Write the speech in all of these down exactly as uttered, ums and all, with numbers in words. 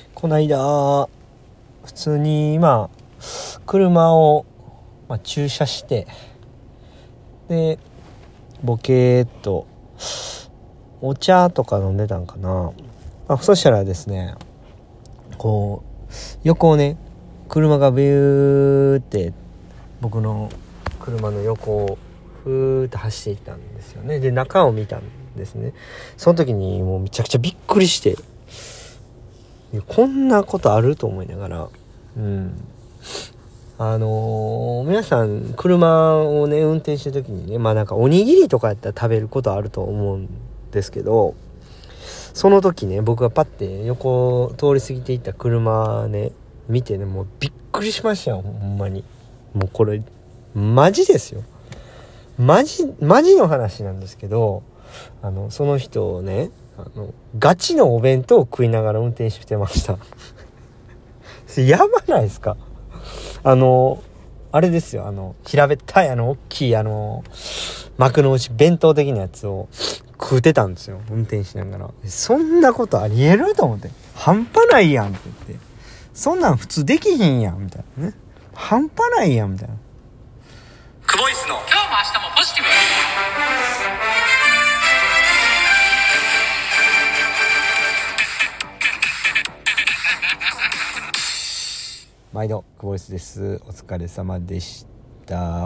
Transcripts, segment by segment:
こないだ普通に今車を、まあ、駐車してでボケーっとお茶とか飲んでたんかな、まあ、そしたらですねこう横をね車がビューって僕の車の横をふーって走っていったんですよね。で中を見たんですね。その時にもうめちゃくちゃびっくりして、いやこんなことあると思いながら、うんあのー、皆さん車をね運転してる時にね、まあなんかおにぎりとかやったら食べることあると思うんですけど、その時ね僕がパッて横を通り過ぎていった車ね見てね、もうびっくりしましたよ。ほんまにもうこれマジですよ。マジマジの話なんですけど、あのその人をねあのガチのお弁当を食いながら運転してましたやばないですか。あのあれですよ、あの平べったいあの大きいあの幕の内弁当的なやつを食うてたんですよ、運転しながら。そんなことありえると思って、半端ないやんって言って、そんなん普通できひんやんみたいなね、半端ないやんみたいな。 クボイスの今日も明日もポジティブ。 毎度クボイスです。お疲れ様でした。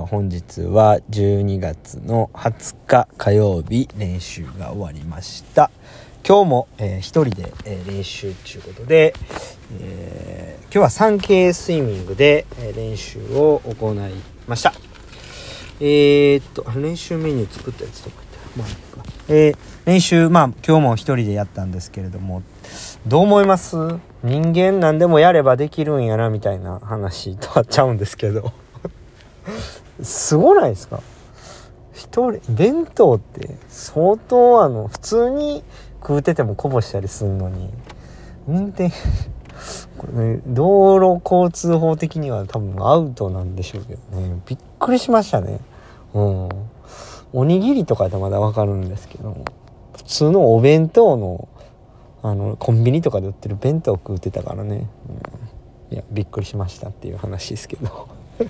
本日はじゅうにがつのはつか火曜日、練習が終わりました。今日も、えー、一人で、えー、練習ということで、えー、今日は スリーケー スイミングで、えー、練習を行いました。えー、っと練習メニュー作ったやつとか言ってまあいいか、えー、練習まあ今日も一人でやったんですけれども、どう思います？人間何でもやればできるんやなみたいな話とはちゃうんですけどすごないですか？一人弁当って相当あの普通に食うててもこぼしたりするのに、運転これ、ね、道路交通法的には多分アウトなんでしょうけどね、びっくりしましたね。うん、おにぎりとかでまだわかるんですけど、普通のお弁当のあのコンビニとかで売ってる弁当を食うてたからね、うん、いやびっくりしましたっていう話ですけど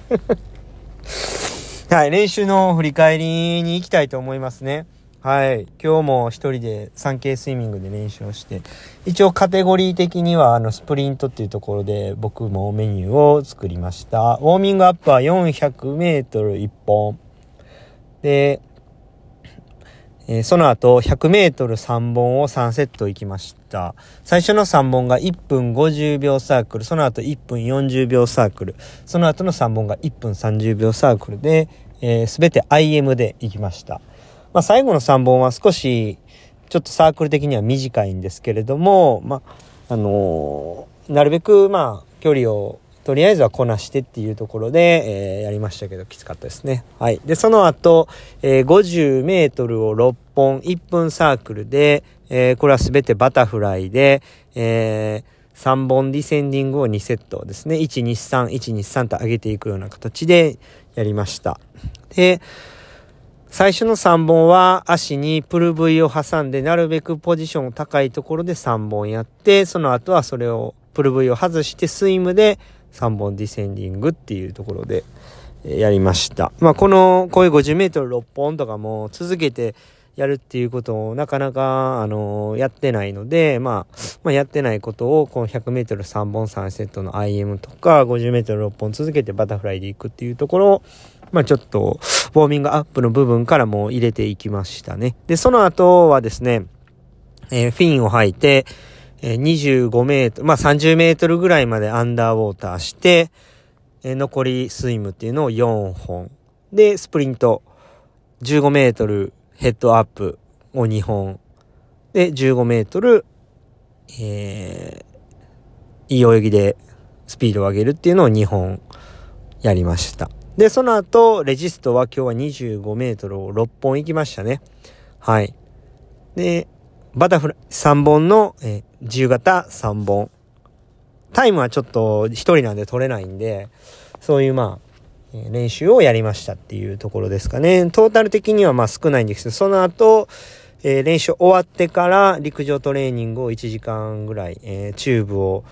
はい、練習の振り返りに行きたいと思いますね。はい、今日も一人で スリーケー スイミングで練習をして、一応カテゴリー的にはあのスプリントっていうところで僕もメニューを作りました。ウォーミングアップはよんひゃくメートルいっぽんで、えー、その後ひゃくメートルさんぼんをさんセット行きました。最初のさんぼんがいっぷんごじゅうびょうサークル、その後いっぷんよんじゅうびょうサークル、その後のさんぼんがいっぷんさんじゅうびょうサークルで、えー、全て アイエム で行きました。まあ、最後のさんぼんは少しちょっとサークル的には短いんですけれども、まああのー、なるべくまあ距離をとりあえずはこなしてっていうところで、えー、やりましたけどきつかったですね。はい。でその後、えー、ごじゅうメートルをろっぽんいっぷんサークルで、えー、これは全てバタフライで、えー、さんぼんディセンディングをにセットですね。いちにさんいちにさんと上げていくような形でやりました。で最初のさんぼんは足にプル V を挟んでなるべくポジション高いところでさんぼんやって、その後はそれをプル V を外してスイムでさんぼんディセンディングっていうところでやりました。まあこのこういうごじゅうメートルろっぽんとかも続けてやるっていうことをなかなかあのやってないので、まあ、まあやってないことをこのひゃくメートルさんぼんさんセットの アイエム とかごじゅうメートルろっぽん続けてバタフライでいくっていうところをまあちょっとウォーミングアップの部分からも入れていきましたね。でその後はですね、えー、フィンを吐いて、えー、にじゅうごメートルまあさんじゅうメートルぐらいまでアンダーウォーターして、えー、残りスイムっていうのをよんほんで、スプリントじゅうごメートルヘッドアップをにほんでじゅうごメートル、えー、いい泳ぎでスピードを上げるっていうのをにほんやりました。でその後レジストは今日はにじゅうごメートルをろっぽん行きましたね。はい。でバタフライさんぼんの、えー、自由形さんぼん、タイムはちょっと一人なんで取れないんで、そういうまあ練習をやりましたっていうところですかね。トータル的にはまあ少ないんですけど、その後、えー、練習終わってから陸上トレーニングをいちじかんぐらい、えー、チューブを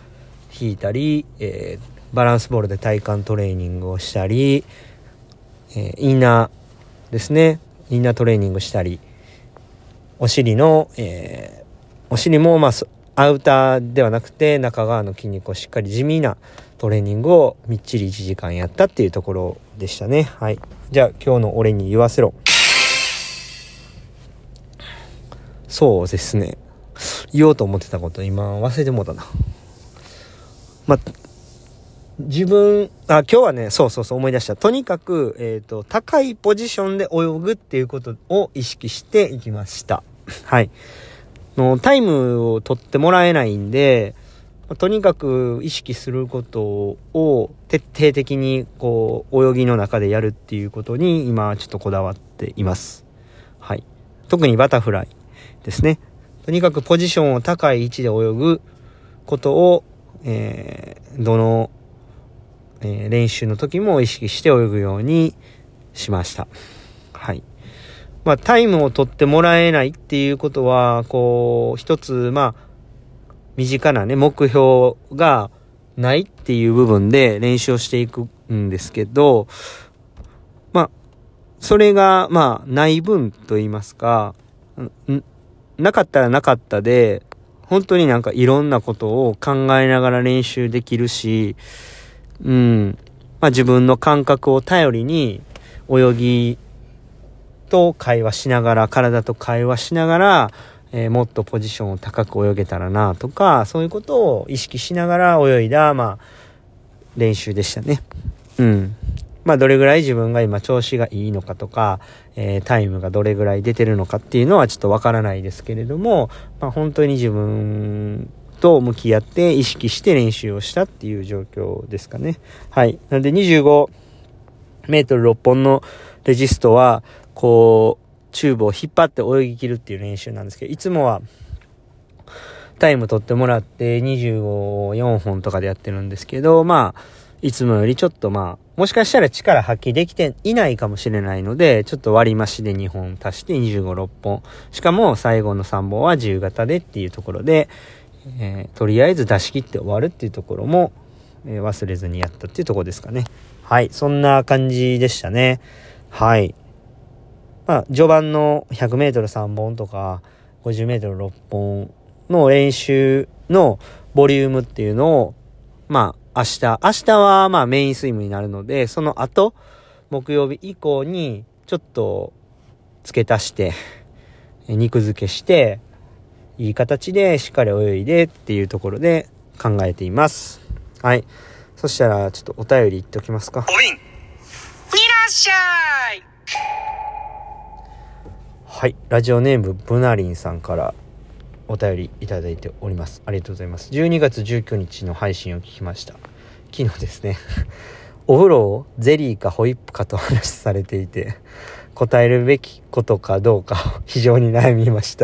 引いたり、えー、バランスボールで体幹トレーニングをしたり、えー、インナーですねインナートレーニングしたり、お尻の、えー、お尻もまあアウターではなくて中側の筋肉をしっかり地味なトレーニングをみっちりいちじかんやったっていうところでしたね。はい。じゃあ今日の俺に言わせろ。そうですね。言おうと思ってたこと今忘れてもうたな。まあ、自分、あ、今日はね、そうそうそう思い出した。とにかく、えっと、高いポジションで泳ぐっていうことを意識していきました。はい。のタイムを取ってもらえないんで、とにかく意識することを徹底的にこう泳ぎの中でやるっていうことに今ちょっとこだわっています。はい。特にバタフライですね。とにかくポジションを高い位置で泳ぐことを、えー、どの、えー、練習の時も意識して泳ぐようにしました。はい。まあタイムを取ってもらえないっていうことはこう一つまあ身近なね目標がないっていう部分で練習をしていくんですけど、まあそれがまあない分と言いますか、んなかったらなかったで本当になんかいろんなことを考えながら練習できるし、うんまあ自分の感覚を頼りに泳ぎと会話しながら体と会話しながらえー、もっとポジションを高く泳げたらなとか、そういうことを意識しながら泳いだ、まあ、練習でしたね。うん。まあ、どれぐらい自分が今調子がいいのかとか、えー、タイムがどれぐらい出てるのかっていうのはちょっとわからないですけれども、まあ、本当に自分と向き合って意識して練習をしたっていう状況ですかね。はい。なのでにじゅうごメートルろっぽんのレジストは、こう、チューブを引っ張って泳ぎ切るっていう練習なんですけど、いつもはタイム取ってもらってにじゅうご、よんほんとかでやってるんですけど、まあいつもよりちょっとまあもしかしたら力発揮できていないかもしれないので、ちょっと割り増しでにほん足してにじゅうご、ろっぽん、しかも最後のさんぼんは自由形でっていうところで、えー、とりあえず出し切って終わるっていうところも、えー、忘れずにやったっていうところですかね。はい、そんな感じでしたね。はい。まあ、序盤のひゃくメートルさんぼんとかごじゅうメートルろっぽんの練習のボリュームっていうのをまあ明日明日はまあメインスイムになるので、その後木曜日以降にちょっと付け足して肉付けしていい形でしっかり泳いでっていうところで考えています。はい。そしたらちょっとお便り言っておきますか。 おびんいらっしゃい。 はい、ラジオネームブナリンさんからお便りいただいております。ありがとうございます。じゅうにがつじゅうくにちの配信を聞きました。昨日ですねお風呂をゼリーかホイップかと話されていて、答えるべきことかどうか非常に悩みました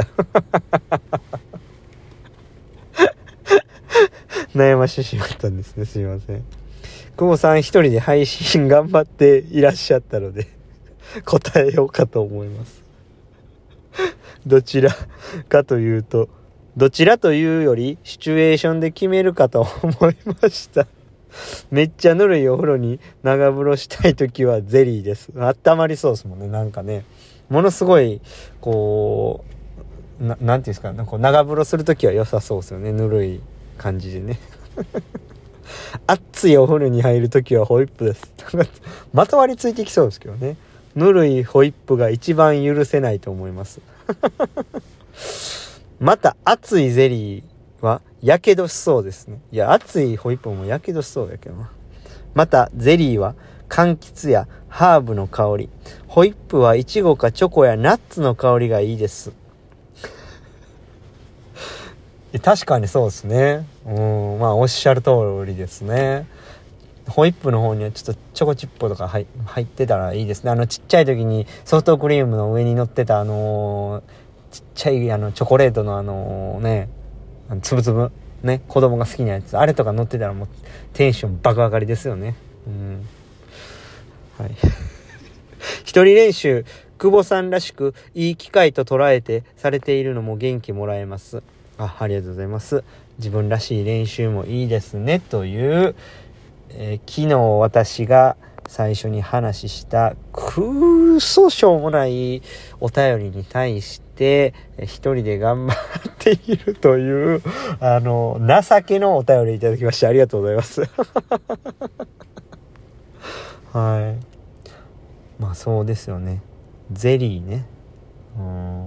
悩ましてしまったんですね。すいません。久保さん一人で配信頑張っていらっしゃったので答えようかと思います。どちらかというと、どちらというよりシチュエーションで決めるかと思いました。めっちゃぬるいお風呂に長風呂したいときはゼリーです。あったまりそうですもんね。なんかね、ものすごいこう な, なんていうんですか、なんか長風呂するときは良さそうですよね。ぬるい感じでね熱いお風呂に入るときはホイップです。まとわりついてきそうですけどね。ぬるいホイップが一番許せないと思いますまた熱いゼリーはやけどしそうですね。いや、熱いホイップもやけどしそうだけどな。またゼリーは柑橘やハーブの香り、ホイップはイチゴかチョコやナッツの香りがいいです確かにそうですね。うん、まあおっしゃる通りですね。ホイップの方にはちょっとチョコチップとか 入, 入ってたらいいですね。あのちっちゃい時にソフトクリームの上に乗ってたあのー、ちっちゃいあのチョコレートのあのね、つぶつぶね、子供が好きなやつ、あれとか乗ってたらもうテンション爆上がりですよね。うん、はい一人練習、久保さんらしくいい機会と捉えてされているのも元気もらえます。あ、ありがとうございます。 自分らしい練習もいいですねという、えー、昨日私が最初に話したくーそしょうもないお便りに対して一人で頑張っているというあの情けのお便りいただきましてありがとうございますはい、まあそうですよね。ゼリーね、うん、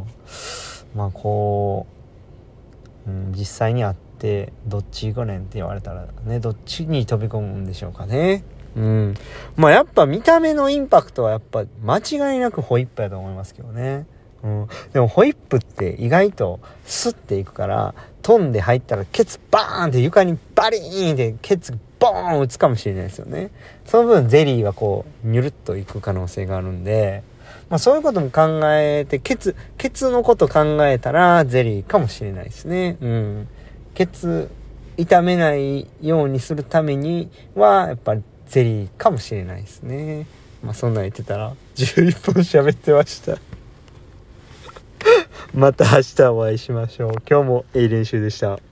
まあこう、うん、実際に会ってどっち行くねんって言われたらね、どっちに飛び込むんでしょうかね。うん。まあやっぱ見た目のインパクトはやっぱ間違いなくホイップやと思いますけどね。うん。でもホイップって意外とスッていくから、飛んで入ったらケツバーンって床にバリーンってケツボーン打つかもしれないですよね。その分ゼリーはこうニュルっといく可能性があるんで、まあそういうことも考えて、ケツ、ケツのこと考えたらゼリーかもしれないですね。うん。ケツ痛めないようにするためにはやっぱりゼリーかもしれないですね。まあそんなん言ってたらじゅういっぷん喋ってましたまた明日お会いしましょう。今日もいい練習でした。